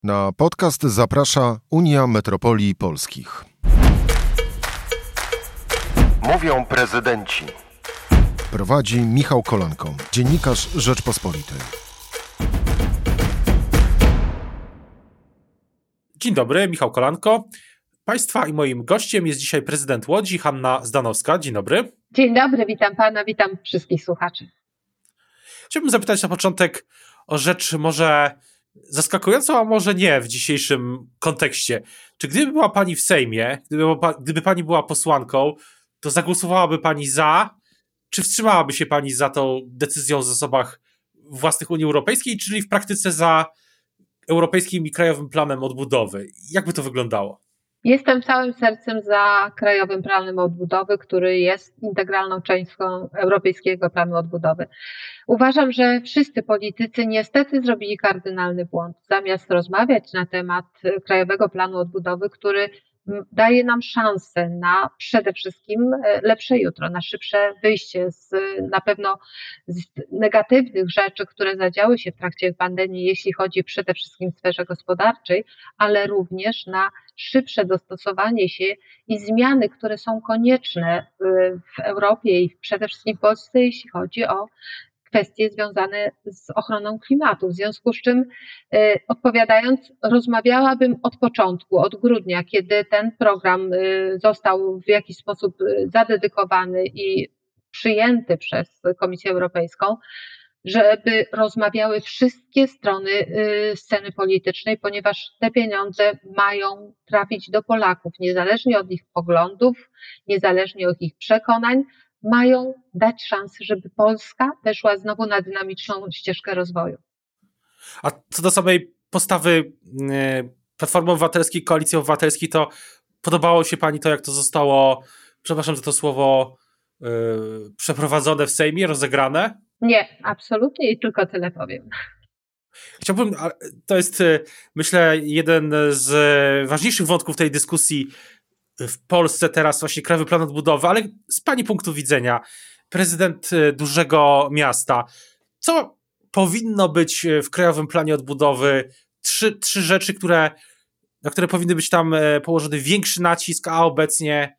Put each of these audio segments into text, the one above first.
Na podcast zaprasza Unia Metropolii Polskich. Mówią prezydenci. Prowadzi Michał Kolanko, dziennikarz Rzeczpospolitej. Dzień dobry, Michał Kolanko. Państwa i moim gościem jest dzisiaj prezydent Łodzi, Hanna Zdanowska. Dzień dobry. Dzień dobry, witam pana, witam wszystkich słuchaczy. Chciałbym zapytać na początek o rzecz może zaskakującą, a może nie w dzisiejszym kontekście. Czy gdyby była pani w Sejmie, gdyby pani była posłanką, to zagłosowałaby pani za, czy wstrzymałaby się pani za tą decyzją o zasobach własnych Unii Europejskiej, czyli w praktyce za Europejskim i Krajowym Planem Odbudowy? Jak by to wyglądało? Jestem całym sercem za Krajowym Planem Odbudowy, który jest integralną częścią Europejskiego Planu Odbudowy. Uważam, że wszyscy politycy niestety zrobili kardynalny błąd. Zamiast rozmawiać na temat Krajowego Planu Odbudowy, który daje nam szansę na przede wszystkim lepsze jutro, na szybsze wyjście z na pewno z negatywnych rzeczy, które zadziały się w trakcie pandemii, jeśli chodzi przede wszystkim w sferze gospodarczej, ale również na szybsze dostosowanie się i zmiany, które są konieczne w Europie i przede wszystkim w Polsce, jeśli chodzi o kwestie związane z ochroną klimatu. W związku z czym, odpowiadając, rozmawiałabym od początku, od grudnia, kiedy ten program został w jakiś sposób zadedykowany i przyjęty przez Komisję Europejską, żeby rozmawiały wszystkie strony sceny politycznej, ponieważ te pieniądze mają trafić do Polaków, niezależnie od ich poglądów, niezależnie od ich przekonań, mają dać szansę, żeby Polska weszła znowu na dynamiczną ścieżkę rozwoju. A co do samej postawy Platformy Obywatelskiej, Koalicji Obywatelskiej, to podobało się pani to, jak to zostało, przepraszam za to słowo, przeprowadzone w Sejmie, rozegrane? Nie, absolutnie i tylko tyle powiem. Chciałbym, to jest myślę jeden z ważniejszych wątków tej dyskusji w Polsce teraz, właśnie Krajowy Plan Odbudowy, ale z pani punktu widzenia, prezydent dużego miasta, co powinno być w Krajowym Planie Odbudowy? Trzy rzeczy, na które powinny być tam położony większy nacisk, a obecnie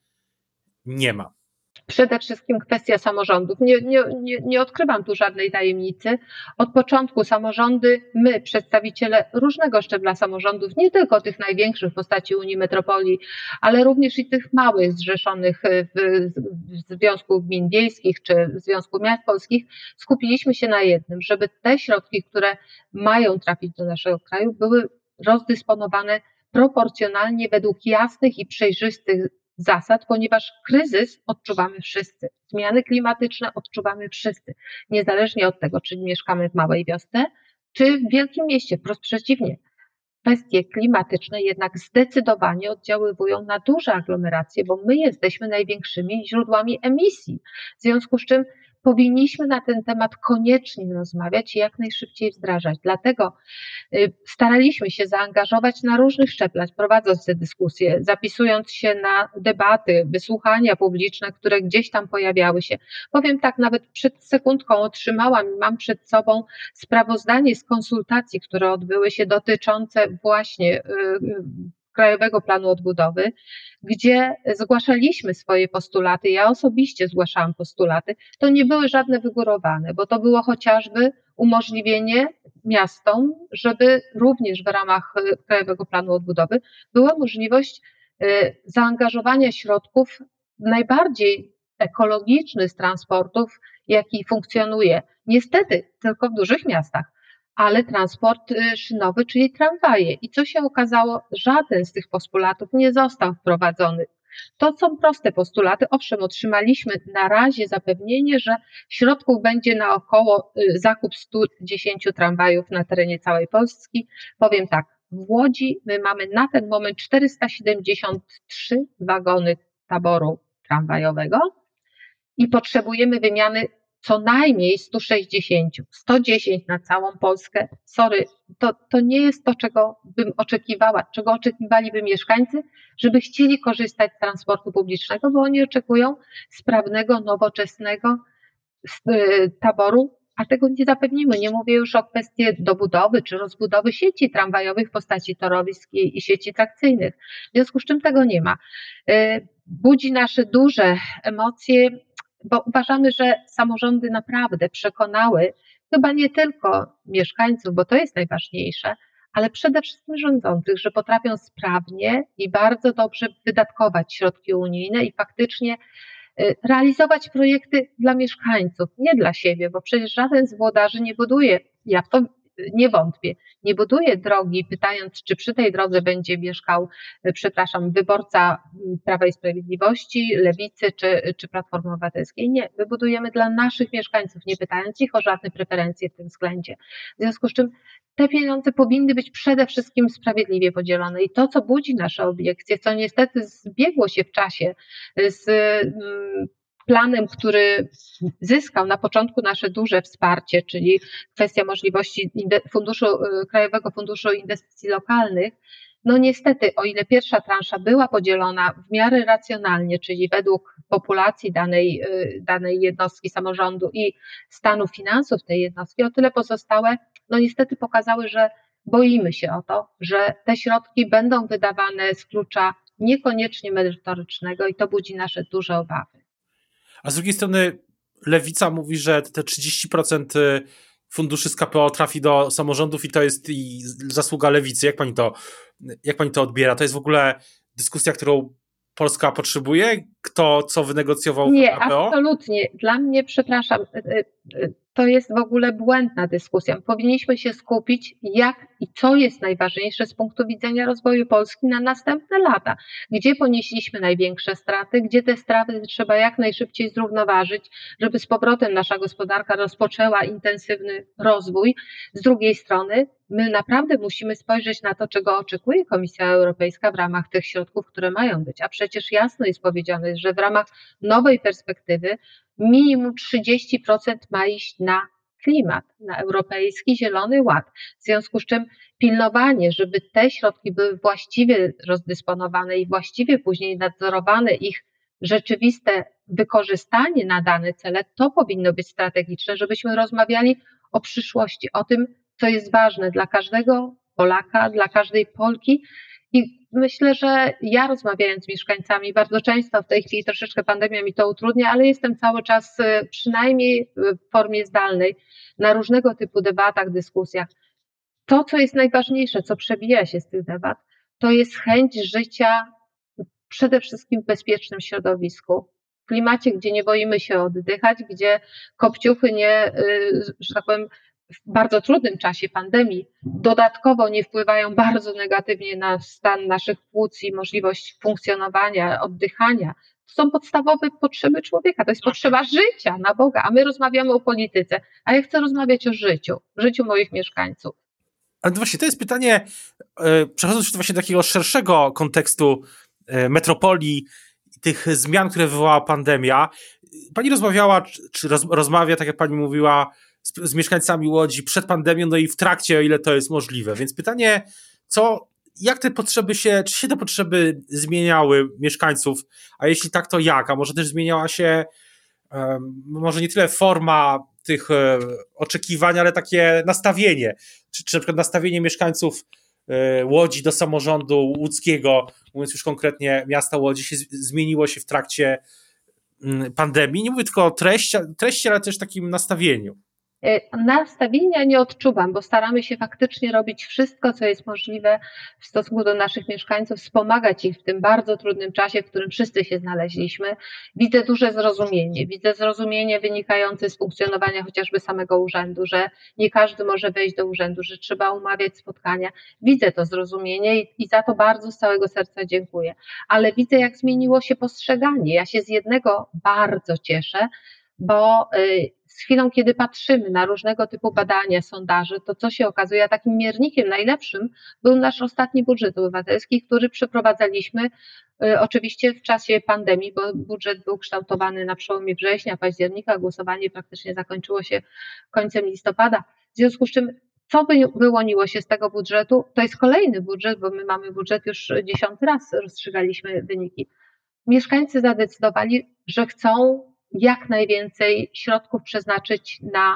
nie ma. Przede wszystkim kwestia samorządów. Nie odkrywam tu żadnej tajemnicy. Od początku samorządy, my, przedstawiciele różnego szczebla samorządów, nie tylko tych największych w postaci Unii Metropolii, ale również i tych małych zrzeszonych w Związku Gmin Wiejskich czy w Związku Miast Polskich, skupiliśmy się na jednym, żeby te środki, które mają trafić do naszego kraju, były rozdysponowane proporcjonalnie według jasnych i przejrzystych zasad, ponieważ kryzys odczuwamy wszyscy. Zmiany klimatyczne odczuwamy wszyscy. Niezależnie od tego, czy mieszkamy w małej wiosce, czy w wielkim mieście. Wprost przeciwnie. Kwestie klimatyczne jednak zdecydowanie oddziaływują na duże aglomeracje, bo my jesteśmy największymi źródłami emisji. W związku z czym powinniśmy na ten temat koniecznie rozmawiać i jak najszybciej wdrażać. Dlatego staraliśmy się zaangażować na różnych szczeblach, prowadząc te dyskusje, zapisując się na debaty, wysłuchania publiczne, które gdzieś tam pojawiały się. Powiem tak, nawet przed sekundką otrzymałam i mam przed sobą sprawozdanie z konsultacji, które odbyły się dotyczące właśnie Krajowego Planu Odbudowy, gdzie zgłaszaliśmy swoje postulaty, ja osobiście zgłaszałam postulaty, to nie były żadne wygórowane, bo to było chociażby umożliwienie miastom, żeby również w ramach Krajowego Planu Odbudowy była możliwość zaangażowania środków w najbardziej ekologiczny z transportów, jaki funkcjonuje niestety tylko w dużych miastach, ale transport szynowy, czyli tramwaje. I co się okazało? Żaden z tych postulatów nie został wprowadzony. To są proste postulaty. Owszem, otrzymaliśmy na razie zapewnienie, że środków będzie na około zakup 110 tramwajów na terenie całej Polski. Powiem tak, w Łodzi my mamy na ten moment 473 wagony taboru tramwajowego i potrzebujemy wymiany co najmniej 160, 110 na całą Polskę. Sorry, to nie jest to, czego bym oczekiwała, czego oczekiwaliby mieszkańcy, żeby chcieli korzystać z transportu publicznego, bo oni oczekują sprawnego, nowoczesnego taboru a tego nie zapewnimy. Nie mówię już o kwestii dobudowy czy rozbudowy sieci tramwajowych w postaci torowisk i sieci trakcyjnych. W związku z czym tego nie ma. Budzi nasze duże emocje, bo uważamy, że samorządy naprawdę przekonały chyba nie tylko mieszkańców, bo to jest najważniejsze, ale przede wszystkim rządzących, że potrafią sprawnie i bardzo dobrze wydatkować środki unijne i faktycznie realizować projekty dla mieszkańców, nie dla siebie, bo przecież żaden z włodarzy nie buduje, ja w to nie wątpię, nie buduje drogi pytając, czy przy tej drodze będzie mieszkał, wyborca Prawa i Sprawiedliwości, Lewicy czy Platformy Obywatelskiej. Nie, my budujemy dla naszych mieszkańców, nie pytając ich o żadne preferencje w tym względzie. W związku z czym te pieniądze powinny być przede wszystkim sprawiedliwie podzielone i to, co budzi nasze obiekcje, co niestety zbiegło się w czasie z planem, który zyskał na początku nasze duże wsparcie, czyli kwestia możliwości Krajowego Funduszu Inwestycji Lokalnych, no niestety, o ile pierwsza transza była podzielona w miarę racjonalnie, czyli według populacji danej jednostki samorządu i stanu finansów tej jednostki, o tyle pozostałe, no niestety pokazały, że boimy się o to, że te środki będą wydawane z klucza niekoniecznie merytorycznego i to budzi nasze duże obawy. A z drugiej strony Lewica mówi, że te 30% funduszy z KPO trafi do samorządów i to jest zasługa Lewicy. Jak pani to odbiera? To jest w ogóle dyskusja, którą Polska potrzebuje? Kto co wynegocjował w Nie, KPO? absolutnie. Dla mnie, przepraszam, to jest w ogóle błędna dyskusja. Powinniśmy się skupić, jak i co jest najważniejsze z punktu widzenia rozwoju Polski na następne lata. Gdzie ponieśliśmy największe straty, gdzie te straty trzeba jak najszybciej zrównoważyć, żeby z powrotem nasza gospodarka rozpoczęła intensywny rozwój. Z drugiej strony my naprawdę musimy spojrzeć na to, czego oczekuje Komisja Europejska w ramach tych środków, które mają być. A przecież jasno jest powiedziane, że w ramach nowej perspektywy minimum 30% ma iść na klimat, na Europejski Zielony Ład. W związku z czym pilnowanie, żeby te środki były właściwie rozdysponowane i właściwie później nadzorowane ich rzeczywiste wykorzystanie na dane cele, to powinno być strategiczne, żebyśmy rozmawiali o przyszłości, o tym, co jest ważne dla każdego Polaka, dla każdej Polki. I myślę, że ja rozmawiając z mieszkańcami bardzo często, w tej chwili troszeczkę pandemia mi to utrudnia, ale jestem cały czas przynajmniej w formie zdalnej na różnego typu debatach, dyskusjach. To, co jest najważniejsze, co przebija się z tych debat, to jest chęć życia przede wszystkim w bezpiecznym środowisku. W klimacie, gdzie nie boimy się oddychać, gdzie kopciuchy nie, że tak powiem, w bardzo trudnym czasie pandemii dodatkowo nie wpływają bardzo negatywnie na stan naszych płuc i możliwość funkcjonowania, oddychania. To są podstawowe potrzeby człowieka, to jest potrzeba życia, na Boga, a my rozmawiamy o polityce, a ja chcę rozmawiać o życiu moich mieszkańców. Ale właśnie to jest pytanie, przechodząc już właśnie do takiego szerszego kontekstu metropolii, tych zmian, które wywołała pandemia. Pani rozmawiała, czy rozmawia, tak jak pani mówiła, z mieszkańcami Łodzi przed pandemią, no i w trakcie, o ile to jest możliwe. Więc pytanie, jak te potrzeby czy się te potrzeby zmieniały mieszkańców, a jeśli tak, to jak? A może też zmieniała się może nie tyle forma tych oczekiwań, ale takie nastawienie, czy na przykład nastawienie mieszkańców Łodzi do samorządu łódzkiego, mówiąc już konkretnie miasta Łodzi, zmieniło się w trakcie pandemii. Nie mówię tylko o treści, ale też takim nastawieniu. Nastawienia nie odczuwam, bo staramy się faktycznie robić wszystko, co jest możliwe w stosunku do naszych mieszkańców, wspomagać ich w tym bardzo trudnym czasie, w którym wszyscy się znaleźliśmy. Widzę duże zrozumienie wynikające z funkcjonowania chociażby samego urzędu, że nie każdy może wejść do urzędu, że trzeba umawiać spotkania. Widzę to zrozumienie i za to bardzo z całego serca dziękuję. Ale widzę, jak zmieniło się postrzeganie. Ja się z jednego bardzo cieszę, bo z chwilą, kiedy patrzymy na różnego typu badania, sondaże, to co się okazuje, a takim miernikiem najlepszym był nasz ostatni budżet obywatelski, który przeprowadzaliśmy oczywiście w czasie pandemii, bo budżet był kształtowany na przełomie września, października, głosowanie praktycznie zakończyło się końcem listopada. W związku z czym co wyłoniło się z tego budżetu? To jest kolejny budżet, bo my mamy budżet już 10. raz rozstrzygaliśmy wyniki. Mieszkańcy zadecydowali, że chcą jak najwięcej środków przeznaczyć na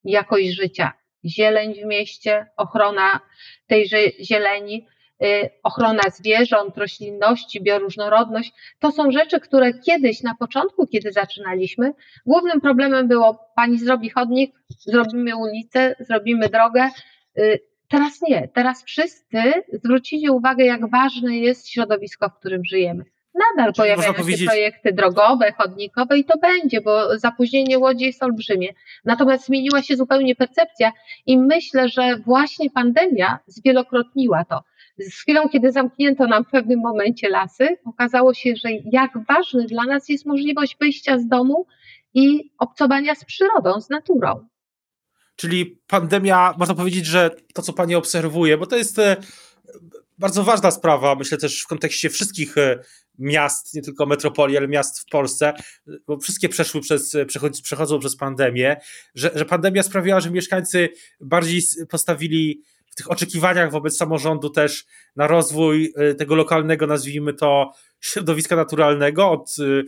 jakość życia. Zieleń w mieście, ochrona tejże zieleni, ochrona zwierząt, roślinności, bioróżnorodność. To są rzeczy, które kiedyś na początku, kiedy zaczynaliśmy, głównym problemem było: pani zrobi chodnik, zrobimy ulicę, zrobimy drogę. Teraz nie. Teraz wszyscy zwrócili uwagę, jak ważne jest środowisko, w którym żyjemy. Nadal Czyli pojawiają się projekty drogowe, chodnikowe i to będzie, bo zapóźnienie Łodzi jest olbrzymie. Natomiast zmieniła się zupełnie percepcja i myślę, że właśnie pandemia zwielokrotniła to. Z chwilą, kiedy zamknięto nam w pewnym momencie lasy, okazało się, że jak ważny dla nas jest możliwość wyjścia z domu i obcowania z przyrodą, z naturą. Czyli pandemia, można powiedzieć, że to, co pani obserwuje, bo to jest bardzo ważna sprawa, myślę też w kontekście wszystkich miast, nie tylko metropolii, ale miast w Polsce, bo wszystkie przechodzą przez pandemię, że pandemia sprawiła, że mieszkańcy bardziej postawili w tych oczekiwaniach wobec samorządu też na rozwój tego lokalnego, nazwijmy to, środowiska naturalnego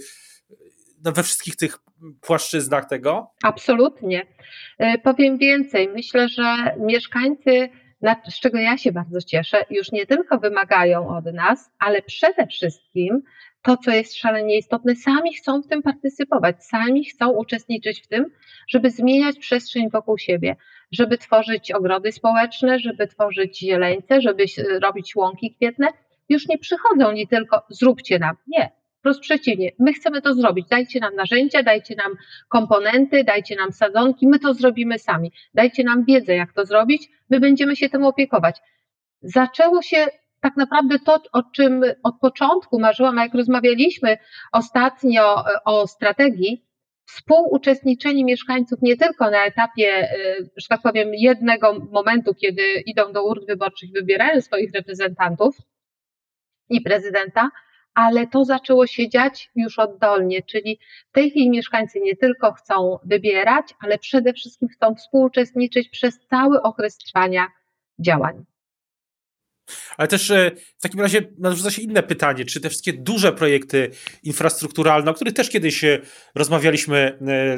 we wszystkich tych płaszczyznach tego? Absolutnie. Powiem więcej. Myślę, że mieszkańcy, z czego ja się bardzo cieszę, już nie tylko wymagają od nas, ale przede wszystkim to, co jest szalenie istotne, sami chcą w tym partycypować, sami chcą uczestniczyć w tym, żeby zmieniać przestrzeń wokół siebie, żeby tworzyć ogrody społeczne, żeby tworzyć zieleńce, żeby robić łąki kwietne. Już nie przychodzą nie tylko zróbcie nam, nie. Wprost przeciwnie, my chcemy to zrobić, dajcie nam narzędzia, dajcie nam komponenty, dajcie nam sadzonki, my to zrobimy sami, dajcie nam wiedzę, jak to zrobić, my będziemy się tym opiekować. Zaczęło się tak naprawdę to, o czym od początku marzyłam, a jak rozmawialiśmy ostatnio o strategii, współuczestniczenie mieszkańców nie tylko na etapie, że tak powiem, jednego momentu, kiedy idą do urn wyborczych, wybierają swoich reprezentantów i prezydenta, ale to zaczęło się dziać już oddolnie, czyli w tej chwili mieszkańcy nie tylko chcą wybierać, ale przede wszystkim chcą współuczestniczyć przez cały okres trwania działań. Ale też w takim razie narzuca się inne pytanie, czy te wszystkie duże projekty infrastrukturalne, o których też kiedyś rozmawialiśmy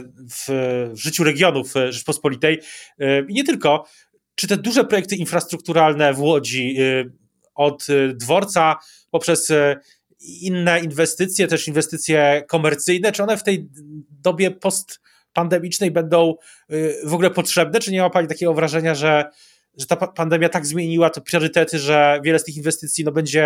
w życiu regionów Rzeczpospolitej i nie tylko, czy te duże projekty infrastrukturalne w Łodzi od dworca poprzez inne inwestycje, też inwestycje komercyjne, czy one w tej dobie postpandemicznej będą w ogóle potrzebne, czy nie ma pani takiego wrażenia, że ta pandemia tak zmieniła te priorytety, że wiele z tych inwestycji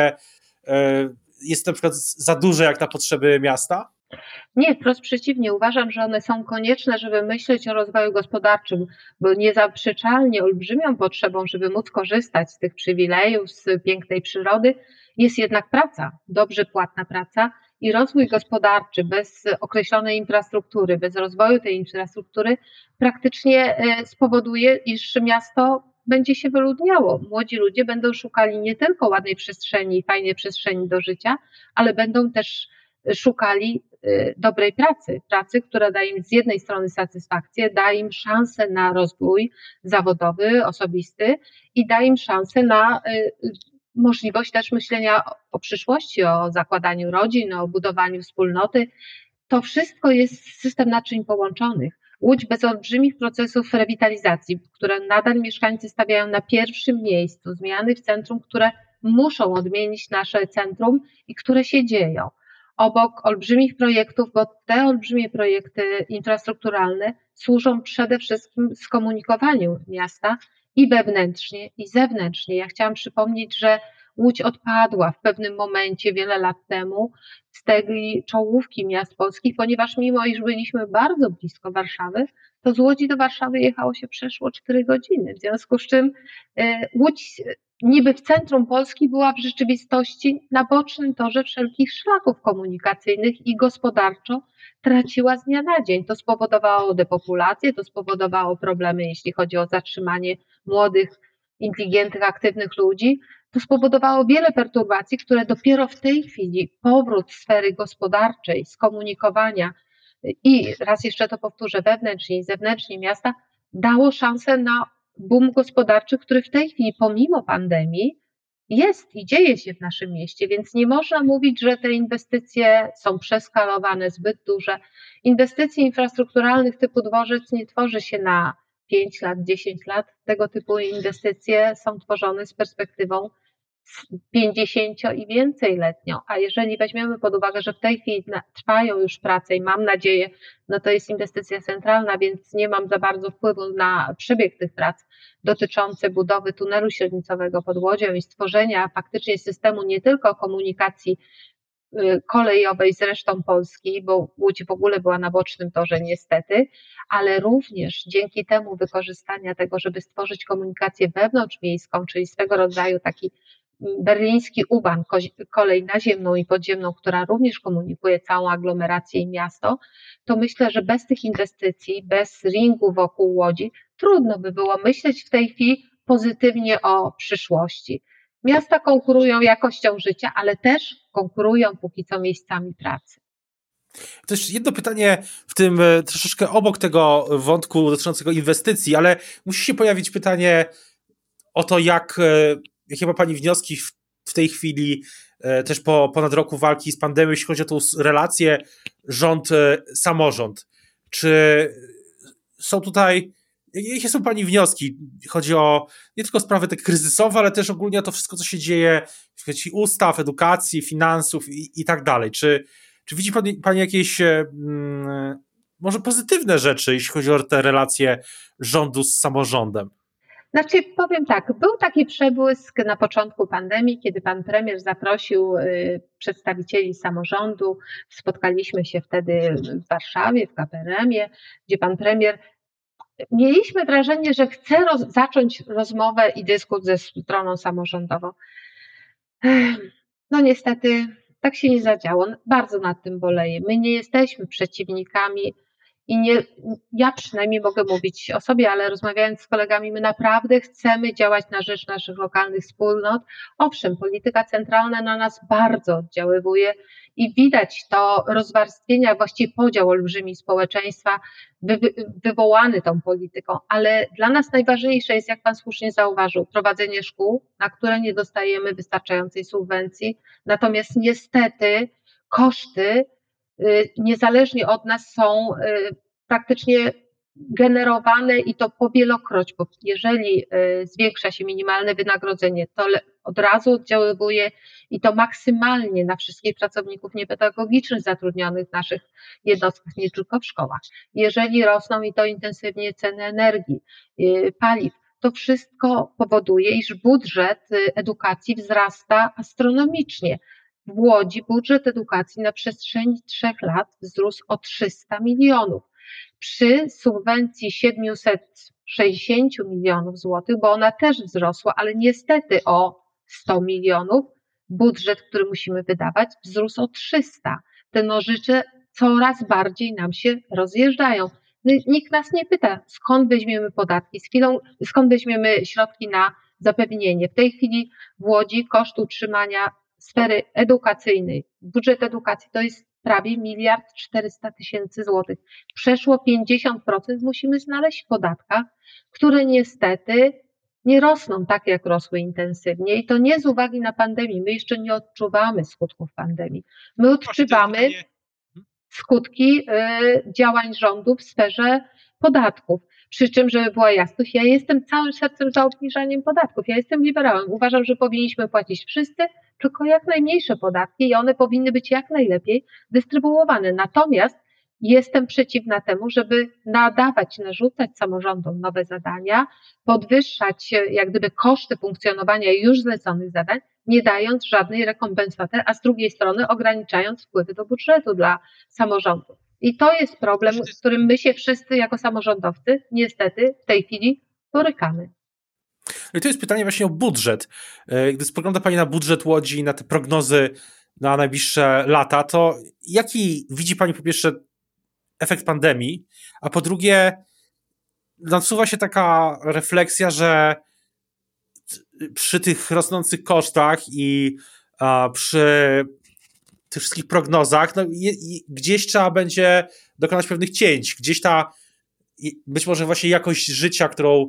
jest na przykład za duże jak na potrzeby miasta? Nie, wprost przeciwnie. Uważam, że one są konieczne, żeby myśleć o rozwoju gospodarczym, bo niezaprzeczalnie olbrzymią potrzebą, żeby móc korzystać z tych przywilejów, z pięknej przyrody, jest jednak praca, dobrze płatna praca i rozwój gospodarczy bez określonej infrastruktury, bez rozwoju tej infrastruktury praktycznie spowoduje, iż miasto będzie się wyludniało. Młodzi ludzie będą szukali nie tylko ładnej przestrzeni, fajnej przestrzeni do życia, ale będą też szukali dobrej pracy, która da im z jednej strony satysfakcję, da im szansę na rozwój zawodowy, osobisty i da im szansę na możliwość też myślenia o przyszłości, o zakładaniu rodzin, o budowaniu wspólnoty. To wszystko jest system naczyń połączonych. Łódź bez olbrzymich procesów rewitalizacji, które nadal mieszkańcy stawiają na pierwszym miejscu, zmiany w centrum, które muszą odmienić nasze centrum i które się dzieją. Obok olbrzymich projektów, bo te olbrzymie projekty infrastrukturalne służą przede wszystkim skomunikowaniu miasta i wewnętrznie, i zewnętrznie. Ja chciałam przypomnieć, że Łódź odpadła w pewnym momencie wiele lat temu z tej czołówki miast polskich, ponieważ mimo iż byliśmy bardzo blisko Warszawy, to z Łodzi do Warszawy jechało się przeszło 4 godziny. W związku z czym Łódź niby w centrum Polski była w rzeczywistości na bocznym torze wszelkich szlaków komunikacyjnych i gospodarczo traciła z dnia na dzień. To spowodowało depopulację, to spowodowało problemy, jeśli chodzi o zatrzymanie młodych, inteligentnych, aktywnych ludzi. To spowodowało wiele perturbacji, które dopiero w tej chwili powrót sfery gospodarczej, skomunikowania i raz jeszcze to powtórzę, wewnętrznie i zewnętrznie miasta dało szansę na boom gospodarczy, który w tej chwili pomimo pandemii jest i dzieje się w naszym mieście, więc nie można mówić, że te inwestycje są przeskalowane, zbyt duże. Inwestycji infrastrukturalnych typu dworzec nie tworzy się na 5 lat, 10 lat tego typu inwestycje są tworzone z perspektywą 50 i więcej letnią, a jeżeli weźmiemy pod uwagę, że w tej chwili trwają już prace i mam nadzieję, no to jest inwestycja centralna, więc nie mam za bardzo wpływu na przebieg tych prac dotyczące budowy tunelu średnicowego pod Łodzią i stworzenia faktycznie systemu nie tylko komunikacji kolejowej z resztą Polski, bo Łódź w ogóle była na bocznym torze niestety, ale również dzięki temu wykorzystania tego, żeby stworzyć komunikację wewnątrzmiejską, czyli swego rodzaju taki berliński U-Bahn, kolej naziemną i podziemną, która również komunikuje całą aglomerację i miasto, to myślę, że bez tych inwestycji, bez ringu wokół Łodzi, trudno by było myśleć w tej chwili pozytywnie o przyszłości. Miasta konkurują jakością życia, ale też konkurują póki co miejscami pracy. To jest jedno pytanie w tym troszeczkę obok tego wątku dotyczącego inwestycji, ale musi się pojawić pytanie o to, jakie ma Pani wnioski w tej chwili, też po ponad roku walki z pandemią, jeśli chodzi o tą relację rząd-samorząd. Czy są tutaj, jakie są Pani wnioski? Chodzi o nie tylko sprawy te kryzysowe, ale też ogólnie o to wszystko, co się dzieje w kwestii ustaw, edukacji, finansów i tak dalej. Czy widzi Pani jakieś może pozytywne rzeczy, jeśli chodzi o te relacje rządu z samorządem? Znaczy, powiem tak, był taki przebłysk na początku pandemii, kiedy pan premier zaprosił przedstawicieli samorządu. Spotkaliśmy się wtedy w Warszawie, w KPRM-ie, gdzie pan premier, mieliśmy wrażenie, że chce zacząć rozmowę i dyskut ze stroną samorządową. No niestety tak się nie zadziało. Bardzo nad tym boleję. My nie jesteśmy przeciwnikami i ja przynajmniej mogę mówić o sobie, ale rozmawiając z kolegami, my naprawdę chcemy działać na rzecz naszych lokalnych wspólnot. Owszem, polityka centralna na nas bardzo oddziaływuje i widać to rozwarstwienia, właściwie podział olbrzymi społeczeństwa wywołany tą polityką, ale dla nas najważniejsze jest, jak pan słusznie zauważył, prowadzenie szkół, na które nie dostajemy wystarczającej subwencji, natomiast niestety koszty niezależnie od nas są praktycznie generowane i to powielokroć, bo jeżeli zwiększa się minimalne wynagrodzenie, to od razu oddziaływuje i to maksymalnie na wszystkich pracowników niepedagogicznych zatrudnionych w naszych jednostkach, nie tylko w szkołach. Jeżeli rosną i to intensywnie ceny energii, paliw, to wszystko powoduje, iż budżet edukacji wzrasta astronomicznie. W Łodzi budżet edukacji na przestrzeni 3 lat wzrósł o 300 milionów. Przy subwencji 760 milionów złotych, bo ona też wzrosła, ale niestety o 100 milionów, budżet, który musimy wydawać, wzrósł o 300. Te nożycze coraz bardziej nam się rozjeżdżają. Nikt nas nie pyta, skąd weźmiemy podatki, skąd weźmiemy środki na zapewnienie. W tej chwili w Łodzi koszt utrzymania sfery edukacyjnej, budżet edukacji to jest prawie 1 400 000 000 złotych. Przeszło 50% musimy znaleźć w podatkach, które niestety nie rosną tak, jak rosły intensywnie i to nie z uwagi na pandemię. My jeszcze nie odczuwamy skutków pandemii. My odczuwamy skutki działań rządu w sferze podatków. Przy czym, żeby była jasność, ja jestem całym sercem za obniżaniem podatków. Ja jestem liberałem. Uważam, że powinniśmy płacić wszyscy, tylko jak najmniejsze podatki i one powinny być jak najlepiej dystrybuowane. Natomiast jestem przeciwna temu, żeby narzucać samorządom nowe zadania, podwyższać jak gdyby koszty funkcjonowania już zleconych zadań, nie dając żadnej rekompensaty, a z drugiej strony ograniczając wpływy do budżetu dla samorządów. I to jest problem, z którym my się wszyscy jako samorządowcy niestety w tej chwili borykamy. No i to jest pytanie właśnie o budżet. Gdy spogląda Pani na budżet Łodzi, na te prognozy na najbliższe lata, to jaki widzi Pani po pierwsze efekt pandemii, a po drugie nasuwa się taka refleksja, że przy tych rosnących kosztach i przy tych wszystkich prognozach, no, gdzieś trzeba będzie dokonać pewnych cięć, gdzieś ta być może właśnie jakość życia,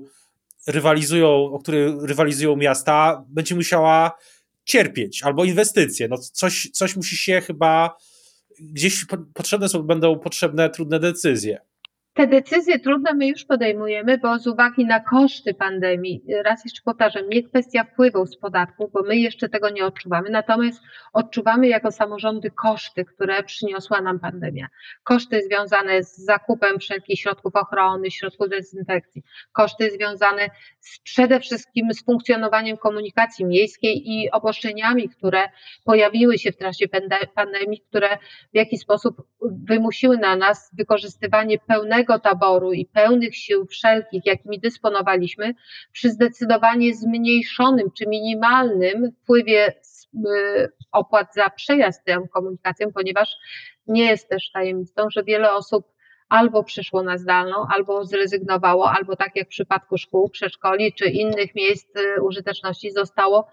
o której rywalizują miasta, będzie musiała cierpieć, albo inwestycje. No coś musi się chyba gdzieś będą potrzebne trudne decyzje. Te decyzje trudne my już podejmujemy, bo z uwagi na koszty pandemii, raz jeszcze powtarzam, nie kwestia wpływu z podatków, bo my jeszcze tego nie odczuwamy, natomiast odczuwamy jako samorządy koszty, które przyniosła nam pandemia. Koszty związane z zakupem wszelkich środków ochrony, środków dezynfekcji, koszty związane przede wszystkim z funkcjonowaniem komunikacji miejskiej i obostrzeniami, które pojawiły się w trakcie pandemii, które w jakiś sposób wymusiły na nas wykorzystywanie pełnego taboru i pełnych sił wszelkich, jakimi dysponowaliśmy, przy zdecydowanie zmniejszonym czy minimalnym wpływie opłat za przejazd tą komunikacją, ponieważ nie jest też tajemnicą, że wiele osób albo przeszło na zdalną, albo zrezygnowało, albo tak jak w przypadku szkół, przedszkoli czy innych miejsc użyteczności zostało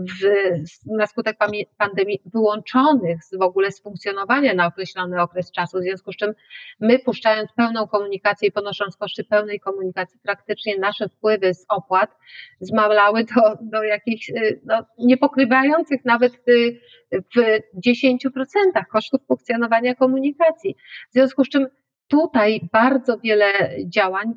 na skutek pandemii wyłączonych w ogóle z funkcjonowania na określony okres czasu, w związku z czym my, puszczając pełną komunikację i ponosząc koszty pełnej komunikacji, praktycznie nasze wpływy z opłat zmalały do jakichś nie pokrywających nawet w 10% kosztów funkcjonowania komunikacji. W związku z czym tutaj bardzo wiele działań,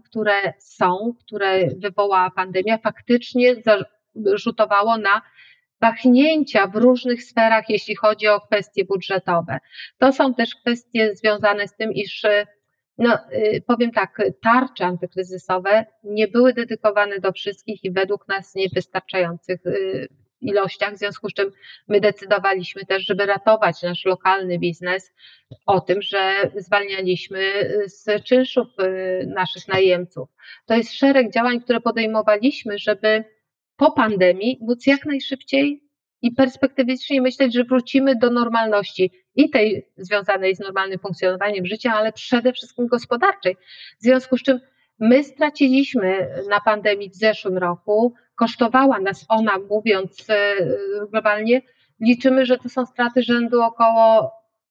które wywołała pandemia, faktycznie rzutowało na pachnięcia w różnych sferach, jeśli chodzi o kwestie budżetowe. To są też kwestie związane z tym, iż powiem tak, tarcze antykryzysowe nie były dedykowane do wszystkich i według nas nie w wystarczających ilościach, w związku z czym my decydowaliśmy też, żeby ratować nasz lokalny biznes, o tym, że zwalnialiśmy z czynszów naszych najemców. To jest szereg działań, które podejmowaliśmy, żeby po pandemii móc jak najszybciej i perspektywicznie myśleć, że wrócimy do normalności i tej związanej z normalnym funkcjonowaniem życia, ale przede wszystkim gospodarczej. W związku z czym my straciliśmy na pandemii w zeszłym roku, kosztowała nas ona, mówiąc globalnie, liczymy, że to są straty rzędu około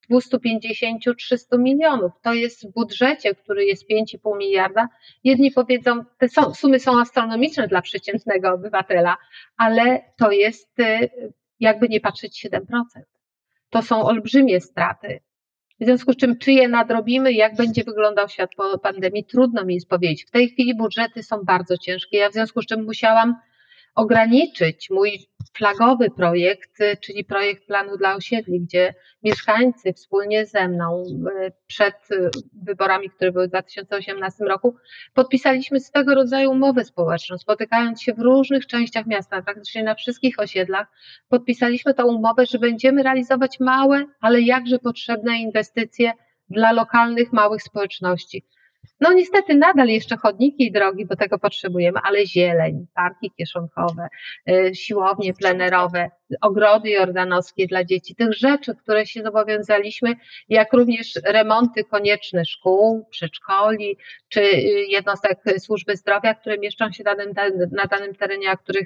250-300 milionów. To jest w budżecie, który jest 5,5 miliarda. Jedni powiedzą, te sumy są astronomiczne dla przeciętnego obywatela, ale to jest, jakby nie patrzeć, 7%. To są olbrzymie straty. W związku z czym, czy je nadrobimy, jak będzie wyglądał świat po pandemii, trudno mi jest powiedzieć. W tej chwili budżety są bardzo ciężkie. Ja w związku z czym musiałam ograniczyć mój flagowy projekt, czyli projekt planu dla osiedli, gdzie mieszkańcy wspólnie ze mną przed wyborami, które były w 2018 roku, podpisaliśmy swego rodzaju umowę społeczną, spotykając się w różnych częściach miasta, praktycznie na wszystkich osiedlach. Podpisaliśmy tę umowę, że będziemy realizować małe, ale jakże potrzebne inwestycje dla lokalnych, małych społeczności. No niestety nadal jeszcze chodniki i drogi, bo tego potrzebujemy, ale zieleń, parki kieszonkowe, siłownie plenerowe, ogrody jordanowskie dla dzieci, tych rzeczy, które się zobowiązaliśmy, jak również remonty konieczne szkół, przedszkoli, czy jednostek służby zdrowia, które mieszczą się na danym terenie, a których,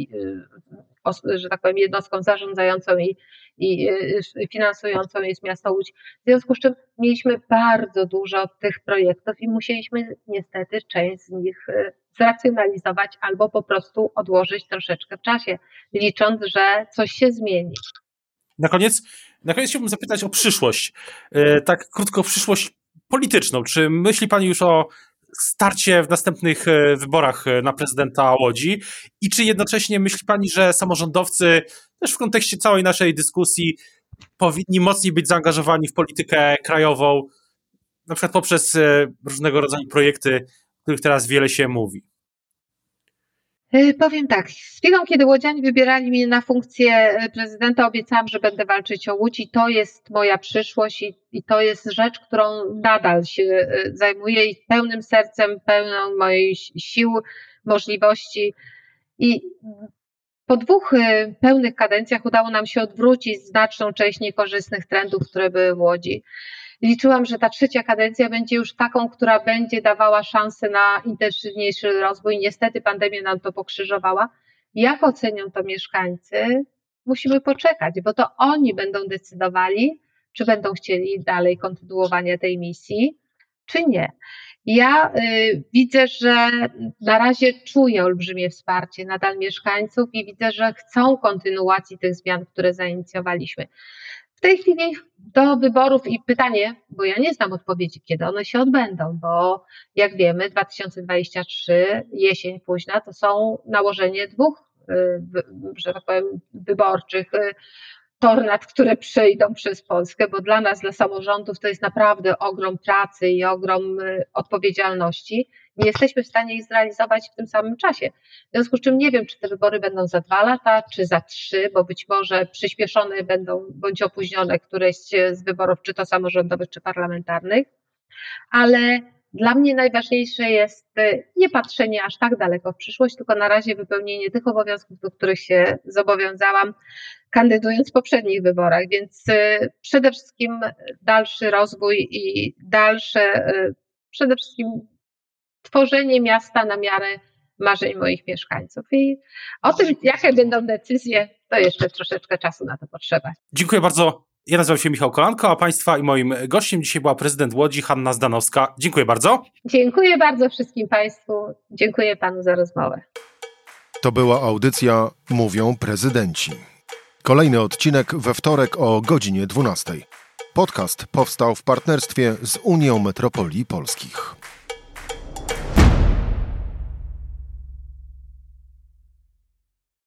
że tak powiem, jednostką zarządzającą i finansującą jest miasto Łódź. W związku z czym mieliśmy bardzo dużo tych projektów i musieliśmy niestety część z nich zracjonalizować albo po prostu odłożyć troszeczkę w czasie, licząc, że coś się zmieni. Na koniec chciałbym zapytać o przyszłość. Tak krótko, przyszłość polityczną. Czy myśli Pani już o starcie w następnych wyborach na prezydenta Łodzi i czy jednocześnie myśli Pani, że samorządowcy też w kontekście całej naszej dyskusji powinni mocniej być zaangażowani w politykę krajową, na przykład poprzez różnego rodzaju projekty, o których teraz wiele się mówi? Powiem tak, z chwilą, kiedy łodzianie wybierali mnie na funkcję prezydenta, obiecałam, że będę walczyć o Łódź i to jest moja przyszłość i to jest rzecz, którą nadal się zajmuję i pełnym sercem, pełną mojej sił, możliwości. I po 2 pełnych kadencjach udało nam się odwrócić znaczną część niekorzystnych trendów, które były w Łodzi. Liczyłam, że ta 3. kadencja będzie już taką, która będzie dawała szansę na intensywniejszy rozwój. Niestety pandemia nam to pokrzyżowała. Jak ocenią to mieszkańcy? Musimy poczekać, bo to oni będą decydowali, czy będą chcieli dalej kontynuowania tej misji, czy nie. Ja widzę, że na razie czuję olbrzymie wsparcie nadal mieszkańców i widzę, że chcą kontynuacji tych zmian, które zainicjowaliśmy. W tej chwili do wyborów i pytanie, bo ja nie znam odpowiedzi, kiedy one się odbędą, bo jak wiemy 2023, jesień późna, to są nałożenie dwóch, że tak powiem, wyborczych tornad, które przejdą przez Polskę, bo dla nas, dla samorządów to jest naprawdę ogrom pracy i ogrom odpowiedzialności. Nie jesteśmy w stanie ich zrealizować w tym samym czasie. W związku z czym nie wiem, czy te wybory będą za 2 lata, czy za 3, bo być może przyspieszone będą, bądź opóźnione któreś z wyborów, czy to samorządowych, czy parlamentarnych, ale dla mnie najważniejsze jest nie patrzenie aż tak daleko w przyszłość, tylko na razie wypełnienie tych obowiązków, do których się zobowiązałam, kandydując w poprzednich wyborach, więc przede wszystkim dalszy rozwój i dalsze przede wszystkim tworzenie miasta na miarę marzeń moich mieszkańców. I o tym, jakie będą decyzje, to jeszcze troszeczkę czasu na to potrzeba. Dziękuję bardzo. Ja nazywam się Michał Kolanko, a Państwa i moim gościem dzisiaj była prezydent Łodzi Hanna Zdanowska. Dziękuję bardzo. Dziękuję bardzo wszystkim Państwu. Dziękuję Panu za rozmowę. To była audycja Mówią Prezydenci. Kolejny odcinek we wtorek o godzinie 12:00. Podcast powstał w partnerstwie z Unią Metropolii Polskich.